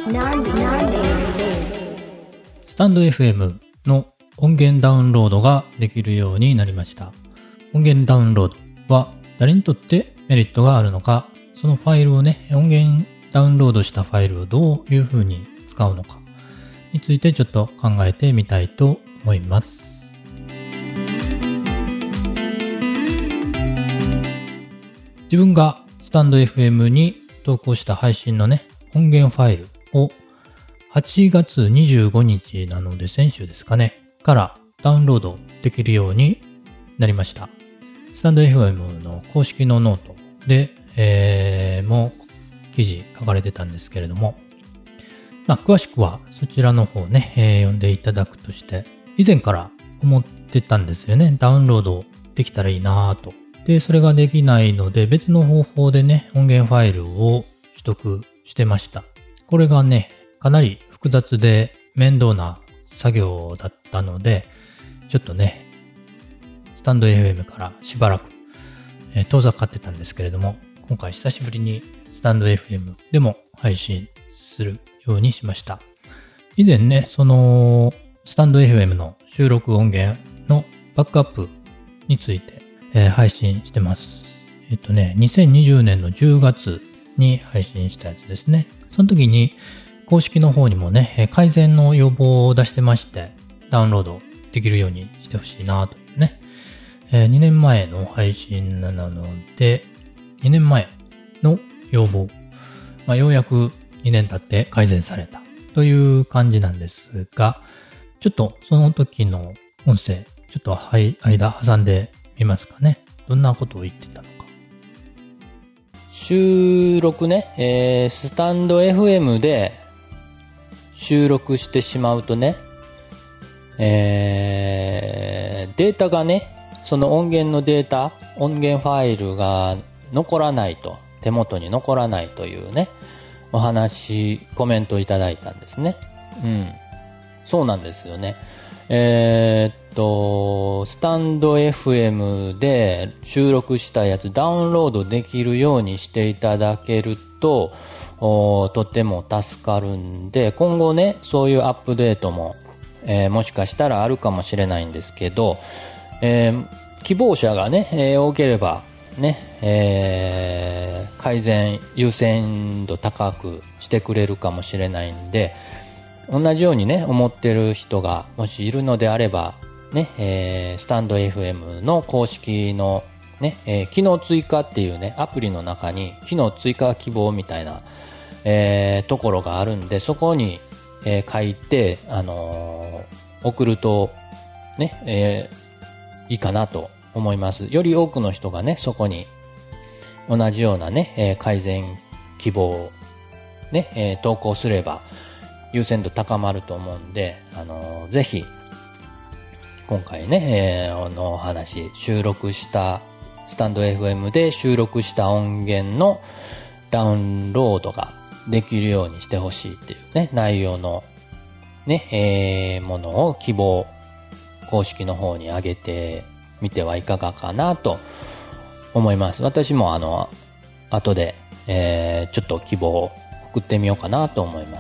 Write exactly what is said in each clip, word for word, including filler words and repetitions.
スタンド エフエム の音源ダウンロードができるようになりました。音源ダウンロードは誰にとってメリットがあるのか、そのファイルをね、音源ダウンロードしたファイルをどういうふうに使うのかについてちょっと考えてみたいと思います。自分がスタンド エフエム に投稿した配信のね、音源ファイルをはちがつにじゅうごにちなので先週ですかね、からダウンロードできるようになりました。スタンド エフエム の公式のノートで、えー、もう記事書かれてたんですけれども、まあ、詳しくはそちらの方ね、えー、読んでいただくとして、以前から思ってたんですよね。ダウンロードできたらいいなぁと。で、それができないので、別の方法でね、音源ファイルを取得してました。これがね、かなり複雑で面倒な作業だったので、ちょっとね、スタンド エフエム からしばらく、えー、遠ざかってたんですけれども、今回久しぶりにスタンド エフエム でも配信するようにしました。以前ね、そのスタンド エフエム の収録音源のバックアップについて、えー、配信してます。えっとね、にせんにじゅうねんのじゅうがつに配信したやつですね。その時に公式の方にもね、改善の要望を出してまして、ダウンロードできるようにしてほしいなというね、えー、にねんまえの配信なので、にねんまえの要望、まあ、ようやくにねん経って改善されたという感じなんですが、ちょっとその時の音声、ちょっと間挟んでみますかね。どんなことを言ってたのか。収録ね、えー、スタンド エフエム で収録してしまうとね、えー、データがね、その音源のデータ、音源ファイルが残らないと、手元に残らないというね、お話、コメントいただいたんですね。うん。そうなんですよね。えー、っと、スタンド エフエム で収録したやつダウンロードできるようにしていただけると、とても助かるんで、今後ね、そういうアップデートも、えー、もしかしたらあるかもしれないんですけど、えー、希望者がね、えー、多ければね、えー、改善優先度高くしてくれるかもしれないんで、同じようにね思ってる人がもしいるのであればね、えー、スタンド エフエム の公式のね、えー、機能追加っていうねアプリの中に機能追加希望みたいな、えー、ところがあるんで、そこに、えー、書いて、あのー、送るとね、えー、いいかなと思います。より多くの人がねそこに同じようなね、えー、改善希望をね、えー、投稿すれば優先度高まると思うんで、あのー、ぜひ今回ね、えー、のお話収録したスタンド エフエム で収録した音源のダウンロードができるようにしてほしいっていうね内容のね、えー、ものを希望公式の方に上げてみてはいかがかなと思います。私もあの後で、えー、ちょっと希望を送ってみようかなと思います。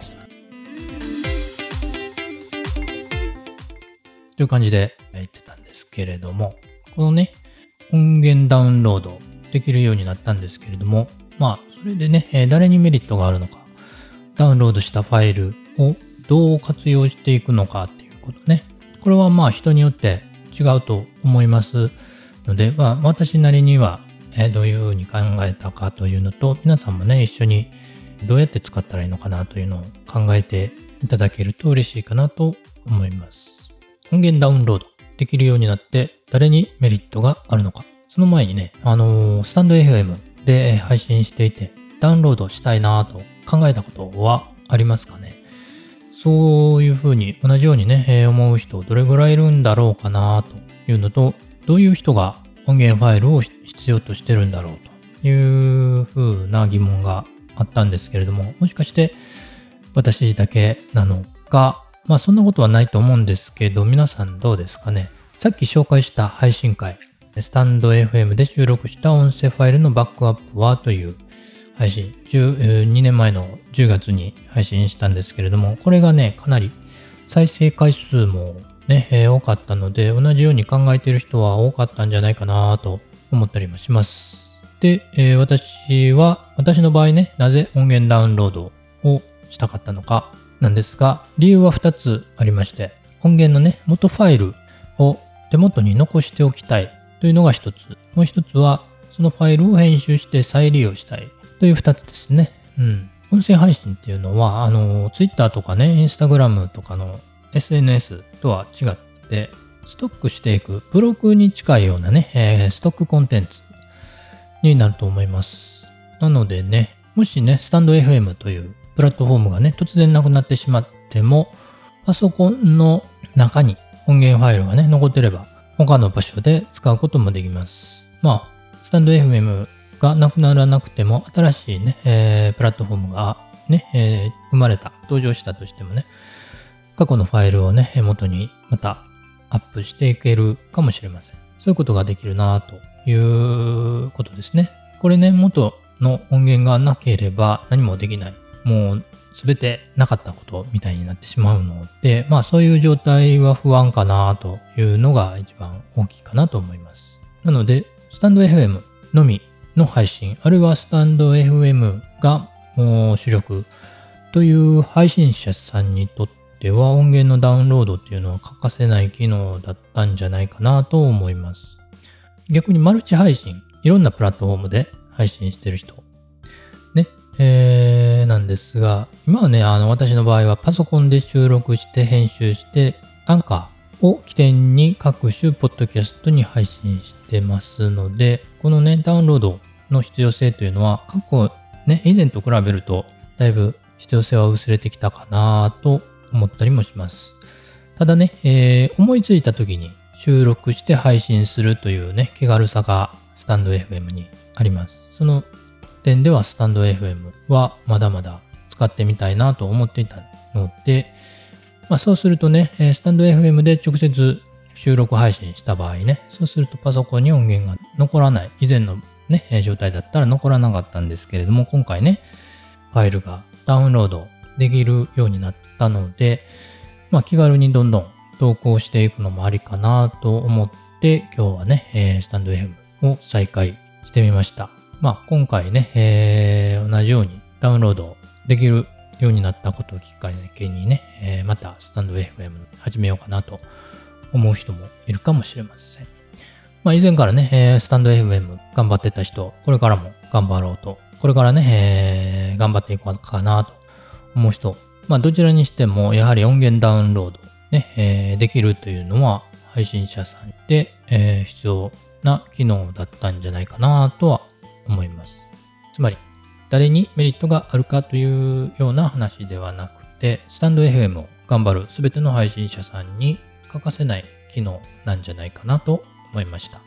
という感じで言ってたんですけれども、このね音源ダウンロードできるようになったんですけれども、まあそれでね、えー、誰にメリットがあるのか、ダウンロードしたファイルをどう活用していくのかっていうことね、これはまあ人によって違うと思いますので、まあ、私なりには、えー、どういうふうに考えたかというのと、皆さんもね一緒にどうやって使ったらいいのかなというのを考えていただけると嬉しいかなと思います。音源ダウンロードできるようになって誰にメリットがあるのか。その前にね、あのー、スタンド エフエム で配信していてダウンロードしたいなと考えたことはありますかね。そういうふうに同じようにね、えー、思う人どれぐらいいるんだろうかなというのと、どういう人が音源ファイルを必要としてるんだろうというふうな疑問があったんですけれども、もしかして私だけなのか、まあそんなことはないと思うんですけど、皆さんどうですかね。さっき紹介した配信会、スタンド エフエム で収録した音声ファイルのバックアップはという配信、じゅうにねんまえのじゅうがつに配信したんですけれども、これがね、かなり再生回数もね、えー、多かったので、同じように考えている人は多かったんじゃないかなと思ったりもします。で、えー、私は、私の場合ね、なぜ音源ダウンロードをしたかったのかなんですが、理由はふたつありまして、音源のね、元ファイルを手元に残しておきたいというのがひとつ。もうひとつは、そのファイルを編集して再利用したいというふたつですね。うん。音声配信っていうのは、あの、Twitter とかね、Instagram とかの エスエヌエス とは違って、ストックしていく、ブログに近いようなね、えー、ストックコンテンツになると思います。なのでね、もしね、スタンド エフエム というプラットフォームがね、突然なくなってしまっても、パソコンの中に音源ファイルがね、残ってれば、他の場所で使うこともできます。まあ、スタンド エフエム がなくならなくても、新しいね、えー、プラットフォームがね、えー、生まれた、登場したとしてもね、過去のファイルをね、元にまたアップしていけるかもしれません。そういうことができるなということですね。これね、元の音源がなければ何もできない。もうすべてなかったことみたいになってしまうので、まあそういう状態は不安かなというのが一番大きいかなと思います。なので、スタンド エフエム のみの配信、あるいはスタンド エフエム がもう主力という配信者さんにとっては音源のダウンロードっていうのは欠かせない機能だったんじゃないかなと思います。逆にマルチ配信、いろんなプラットフォームで配信してる人、ね、えー、なんですが、今はね、あの、私の場合はパソコンで収録して編集して、アンカーを起点に各種ポッドキャストに配信してますので、このね、ダウンロードの必要性というのは、過去ね、以前と比べると、だいぶ必要性は薄れてきたかなと思ったりもします。ただね、えー、思いついた時に収録して配信するというね、気軽さがスタンド エフエム にあります。その点ではスタンド エフエム はまだまだ使ってみたいなと思っていたので、まあ、そうするとね、スタンド エフエム で直接収録配信した場合ね、そうするとパソコンに音源が残らない、以前のね、状態だったら残らなかったんですけれども、今回ね、ファイルがダウンロードできるようになったので、まあ、気軽にどんどん投稿していくのもありかなと思って、今日はね、えー、スタンド エフエム を再開してみました。まあ、今回ね、えー、同じようにダウンロードできるようになったことをきっかけにね、えー、またスタンド エフエム 始めようかなと思う人もいるかもしれません。まあ、以前からね、えー、スタンド エフエム 頑張ってた人、これからも頑張ろうと、これからね、えー、頑張っていこうかなと思う人、まあ、どちらにしてもやはり音源ダウンロード、ねえー、できるというのは配信者さんで、えー、必要な機能だったんじゃないかなとは思います。つまり、誰にメリットがあるかというような話ではなくて、スタンド エフエム を頑張るすべての配信者さんに欠かせない機能なんじゃないかなと思いました。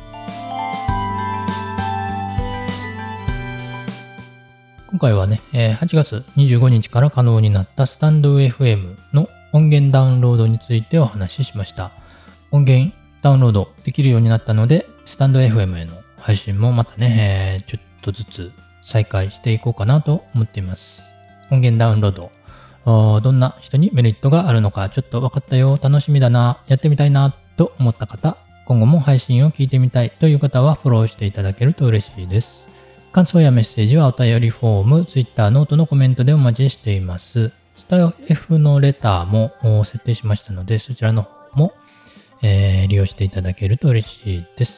今回はね、はちがつにじゅうごにちから可能になったスタンド エフエム の音源ダウンロードについてお話ししました。音源ダウンロードできるようになったので、スタンド エフエム への配信もまたね、ちょっとずつ再開していこうかなと思っています。音源ダウンロード、どんな人にメリットがあるのかちょっと分かったよ、楽しみだな、やってみたいなと思った方、今後も配信を聞いてみたいという方はフォローしていただけると嬉しいです。感想やメッセージはお便りフォーム、Twitter、ノートのコメントでお待ちしています。スタイフのレターも設定しましたので、そちらの方も、えー、利用していただけると嬉しいです。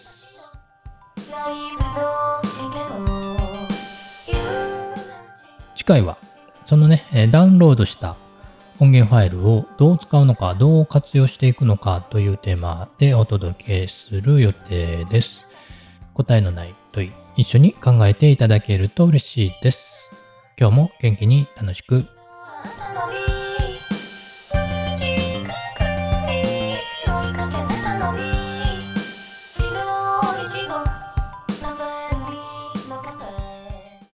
次回は、そのね、ダウンロードした音源ファイルをどう使うのか、どう活用していくのかというテーマでお届けする予定です。答えのない問い、一緒に考えていただけると嬉しいです。今日も元気に楽しく。